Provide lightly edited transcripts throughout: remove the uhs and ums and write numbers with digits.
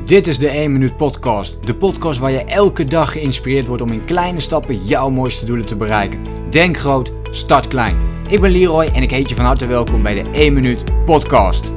Dit is de 1 Minuut Podcast. De podcast waar je elke dag geïnspireerd wordt om in kleine stappen jouw mooiste doelen te bereiken. Denk groot, start klein. Ik ben Leroy en ik heet je van harte welkom bij de 1 Minuut Podcast.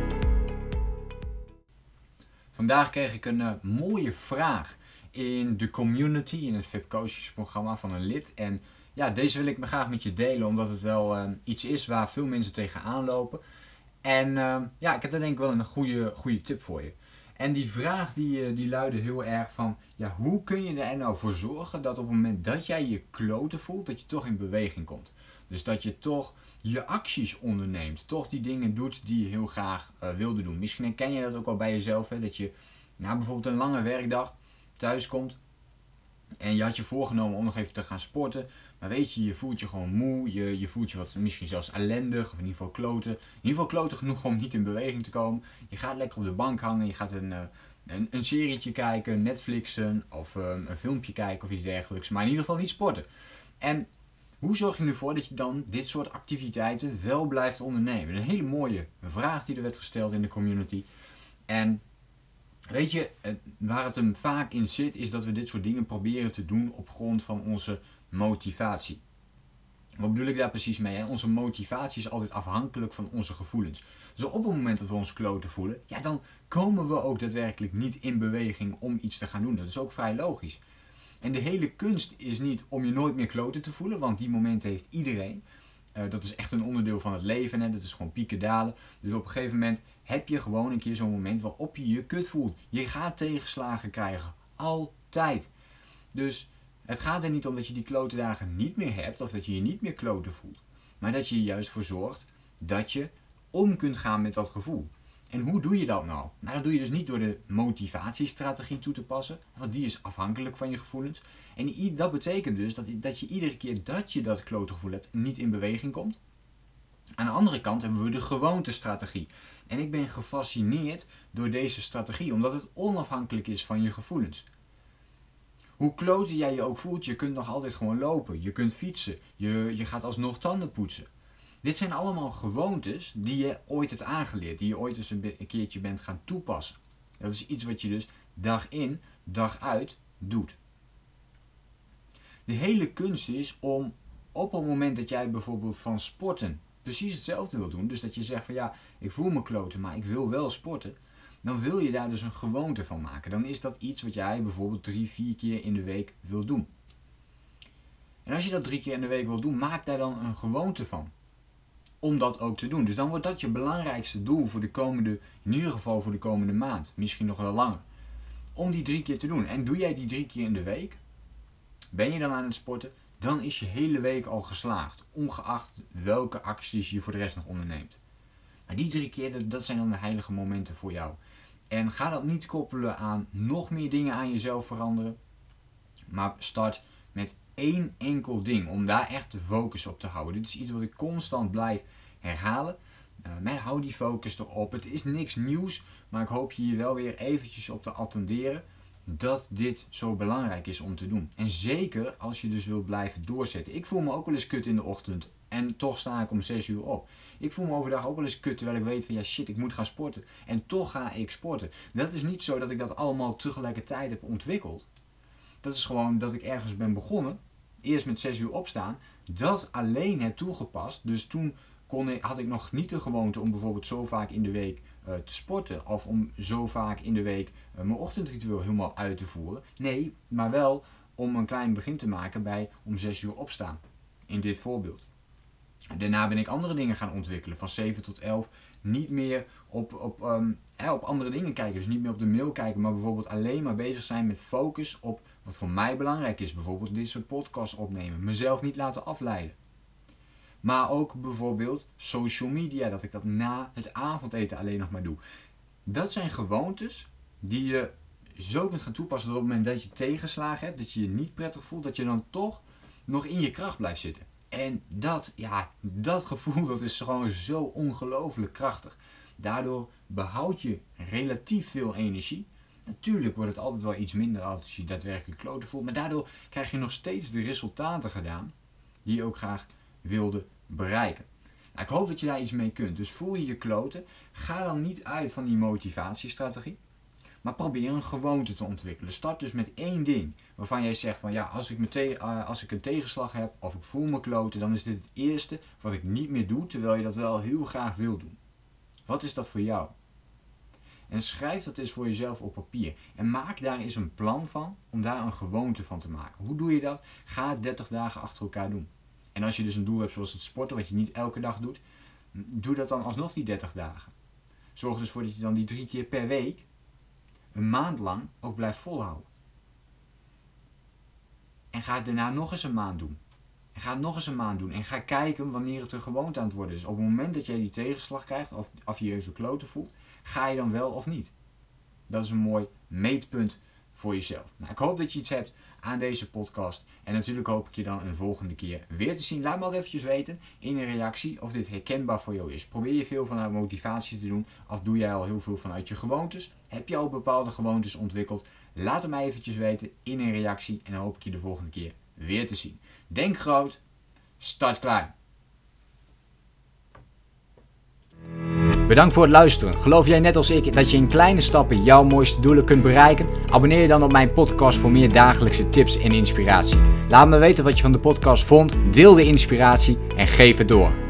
Vandaag kreeg ik een mooie vraag in de community, in het VIP coachingsprogramma van een lid. En ja, deze wil ik me graag met je delen, omdat het wel iets is waar veel mensen tegenaan lopen. En ik heb daar denk ik wel een goede tip voor je. En die vraag die luidde heel erg van, ja, hoe kun je er nou voor zorgen dat op het moment dat jij je kloten voelt, dat je toch in beweging komt. Dus dat je toch je acties onderneemt, toch die dingen doet die je heel graag wilde doen. Misschien herken je dat ook wel bij jezelf, hè, dat je bijvoorbeeld een lange werkdag thuis komt en je had je voorgenomen om nog even te gaan sporten. Maar weet je, je voelt je gewoon moe, je voelt je wat misschien zelfs ellendig of in ieder geval kloten. In ieder geval kloten genoeg om niet in beweging te komen. Je gaat lekker op de bank hangen, je gaat een serietje kijken, Netflixen of een filmpje kijken of iets dergelijks. Maar in ieder geval niet sporten. En hoe zorg je ervoor dat je dan dit soort activiteiten wel blijft ondernemen? Een hele mooie vraag die er werd gesteld in de community. En weet je, waar het hem vaak in zit, is dat we dit soort dingen proberen te doen op grond van onze motivatie. Wat bedoel ik daar precies mee? Hè? Onze motivatie is altijd afhankelijk van onze gevoelens. Dus op het moment dat we ons kloten voelen, ja, dan komen we ook daadwerkelijk niet in beweging om iets te gaan doen. Dat is ook vrij logisch. En de hele kunst is niet om je nooit meer kloten te voelen, want die momenten heeft iedereen. Dat is echt een onderdeel van het leven, hè? Dat is gewoon pieken dalen. Dus op een gegeven moment heb je gewoon een keer zo'n moment waarop je je kut voelt. Je gaat tegenslagen krijgen. Altijd. Dus het gaat er niet om dat je die klote dagen niet meer hebt of dat je je niet meer kloten voelt. Maar dat je er juist voor zorgt dat je om kunt gaan met dat gevoel. En hoe doe je dat nou? Nou, dat doe je dus niet door de motivatiestrategie toe te passen, want die is afhankelijk van je gevoelens. En dat betekent dus dat je iedere keer dat je dat klote gevoel hebt niet in beweging komt. Aan de andere kant hebben we de gewoontestrategie. En ik ben gefascineerd door deze strategie, omdat het onafhankelijk is van je gevoelens. Hoe kloten jij je ook voelt, je kunt nog altijd gewoon lopen, je kunt fietsen, je gaat alsnog tanden poetsen. Dit zijn allemaal gewoontes die je ooit hebt aangeleerd, die je ooit eens een keertje bent gaan toepassen. Dat is iets wat je dus dag in, dag uit doet. De hele kunst is om op het moment dat jij bijvoorbeeld van sporten precies hetzelfde wil doen, dus dat je zegt van ja, ik voel me kloten, maar ik wil wel sporten, dan wil je daar dus een gewoonte van maken. Dan is dat iets wat jij bijvoorbeeld 3-4 keer in de week wil doen. En als je dat 3 keer in de week wil doen, maak daar dan een gewoonte van. Om dat ook te doen. Dus dan wordt dat je belangrijkste doel voor de komende, in ieder geval voor de komende maand. Misschien nog wel langer. Om die 3 keer te doen. En doe jij die 3 keer in de week, ben je dan aan het sporten, dan is je hele week al geslaagd. Ongeacht welke acties je voor de rest nog onderneemt. Maar die 3 keer, dat zijn dan de heilige momenten voor jou. En ga dat niet koppelen aan nog meer dingen aan jezelf veranderen. Maar start met 1 enkel ding. Om daar echt de focus op te houden. Dit is iets wat ik constant blijf herhalen. Maar hou die focus erop. Het is niks nieuws. Maar ik hoop je hier wel weer eventjes op te attenderen. Dat dit zo belangrijk is om te doen. En zeker als je dus wilt blijven doorzetten. Ik voel me ook wel eens kut in de ochtend. En toch sta ik om 6 uur op. Ik voel me overdag ook wel eens kut terwijl ik weet van ja shit, ik moet gaan sporten. En toch ga ik sporten. Dat is niet zo dat ik dat allemaal tegelijkertijd heb ontwikkeld. Dat is gewoon dat ik ergens ben begonnen. Eerst met 6 uur opstaan. Dat alleen heb toegepast. Dus toen had ik nog niet de gewoonte om bijvoorbeeld zo vaak in de week te sporten. Of om zo vaak in de week mijn ochtendritueel helemaal uit te voeren. Nee, maar wel om een klein begin te maken bij om 6 uur opstaan. In dit voorbeeld. Daarna ben ik andere dingen gaan ontwikkelen. Van 7 tot 11 niet meer op andere dingen kijken. Dus niet meer op de mail kijken. Maar bijvoorbeeld alleen maar bezig zijn met focus op wat voor mij belangrijk is. Bijvoorbeeld dit soort podcasts opnemen. Mezelf niet laten afleiden. Maar ook bijvoorbeeld social media. Dat ik dat na het avondeten alleen nog maar doe. Dat zijn gewoontes die je zo kunt gaan toepassen. Dat op het moment dat je tegenslagen hebt. Dat je je niet prettig voelt. Dat je dan toch nog in je kracht blijft zitten. En dat gevoel dat is gewoon zo ongelooflijk krachtig. Daardoor behoud je relatief veel energie. Natuurlijk wordt het altijd wel iets minder als je daadwerkelijk kloten voelt. Maar daardoor krijg je nog steeds de resultaten gedaan die je ook graag wilde bereiken. Nou, ik hoop dat je daar iets mee kunt. Dus voel je je kloten. Ga dan niet uit van die motivatiestrategie. Maar probeer een gewoonte te ontwikkelen. Start dus met 1 ding waarvan jij zegt van ja, als ik een tegenslag heb of ik voel me kloten, dan is dit het eerste wat ik niet meer doe, terwijl je dat wel heel graag wil doen. Wat is dat voor jou? En schrijf dat eens voor jezelf op papier. En maak daar eens een plan van om daar een gewoonte van te maken. Hoe doe je dat? Ga het 30 dagen achter elkaar doen. En als je dus een doel hebt zoals het sporten, wat je niet elke dag doet, doe dat dan alsnog die 30 dagen. Zorg er dus voor dat je dan die 3 keer per week een maand lang ook blijft volhouden. En ga het daarna nog eens een maand doen. En ga het nog eens een maand doen. En ga kijken wanneer het een gewoonte aan het worden is. Op het moment dat jij die tegenslag krijgt of je je even kloten voelt, ga je dan wel of niet. Dat is een mooi meetpunt voor jezelf. Nou, ik hoop dat je iets hebt aan deze podcast. En natuurlijk hoop ik je dan een volgende keer weer te zien. Laat me ook eventjes weten in een reactie of dit herkenbaar voor jou is. Probeer je veel vanuit motivatie te doen of doe jij al heel veel vanuit je gewoontes? Heb je al bepaalde gewoontes ontwikkeld? Laat het mij eventjes weten in een reactie en dan hoop ik je de volgende keer weer te zien. Denk groot, start klein. Bedankt voor het luisteren. Geloof jij net als ik dat je in kleine stappen jouw mooiste doelen kunt bereiken? Abonneer je dan op mijn podcast voor meer dagelijkse tips en inspiratie. Laat me weten wat je van de podcast vond, deel de inspiratie en geef het door.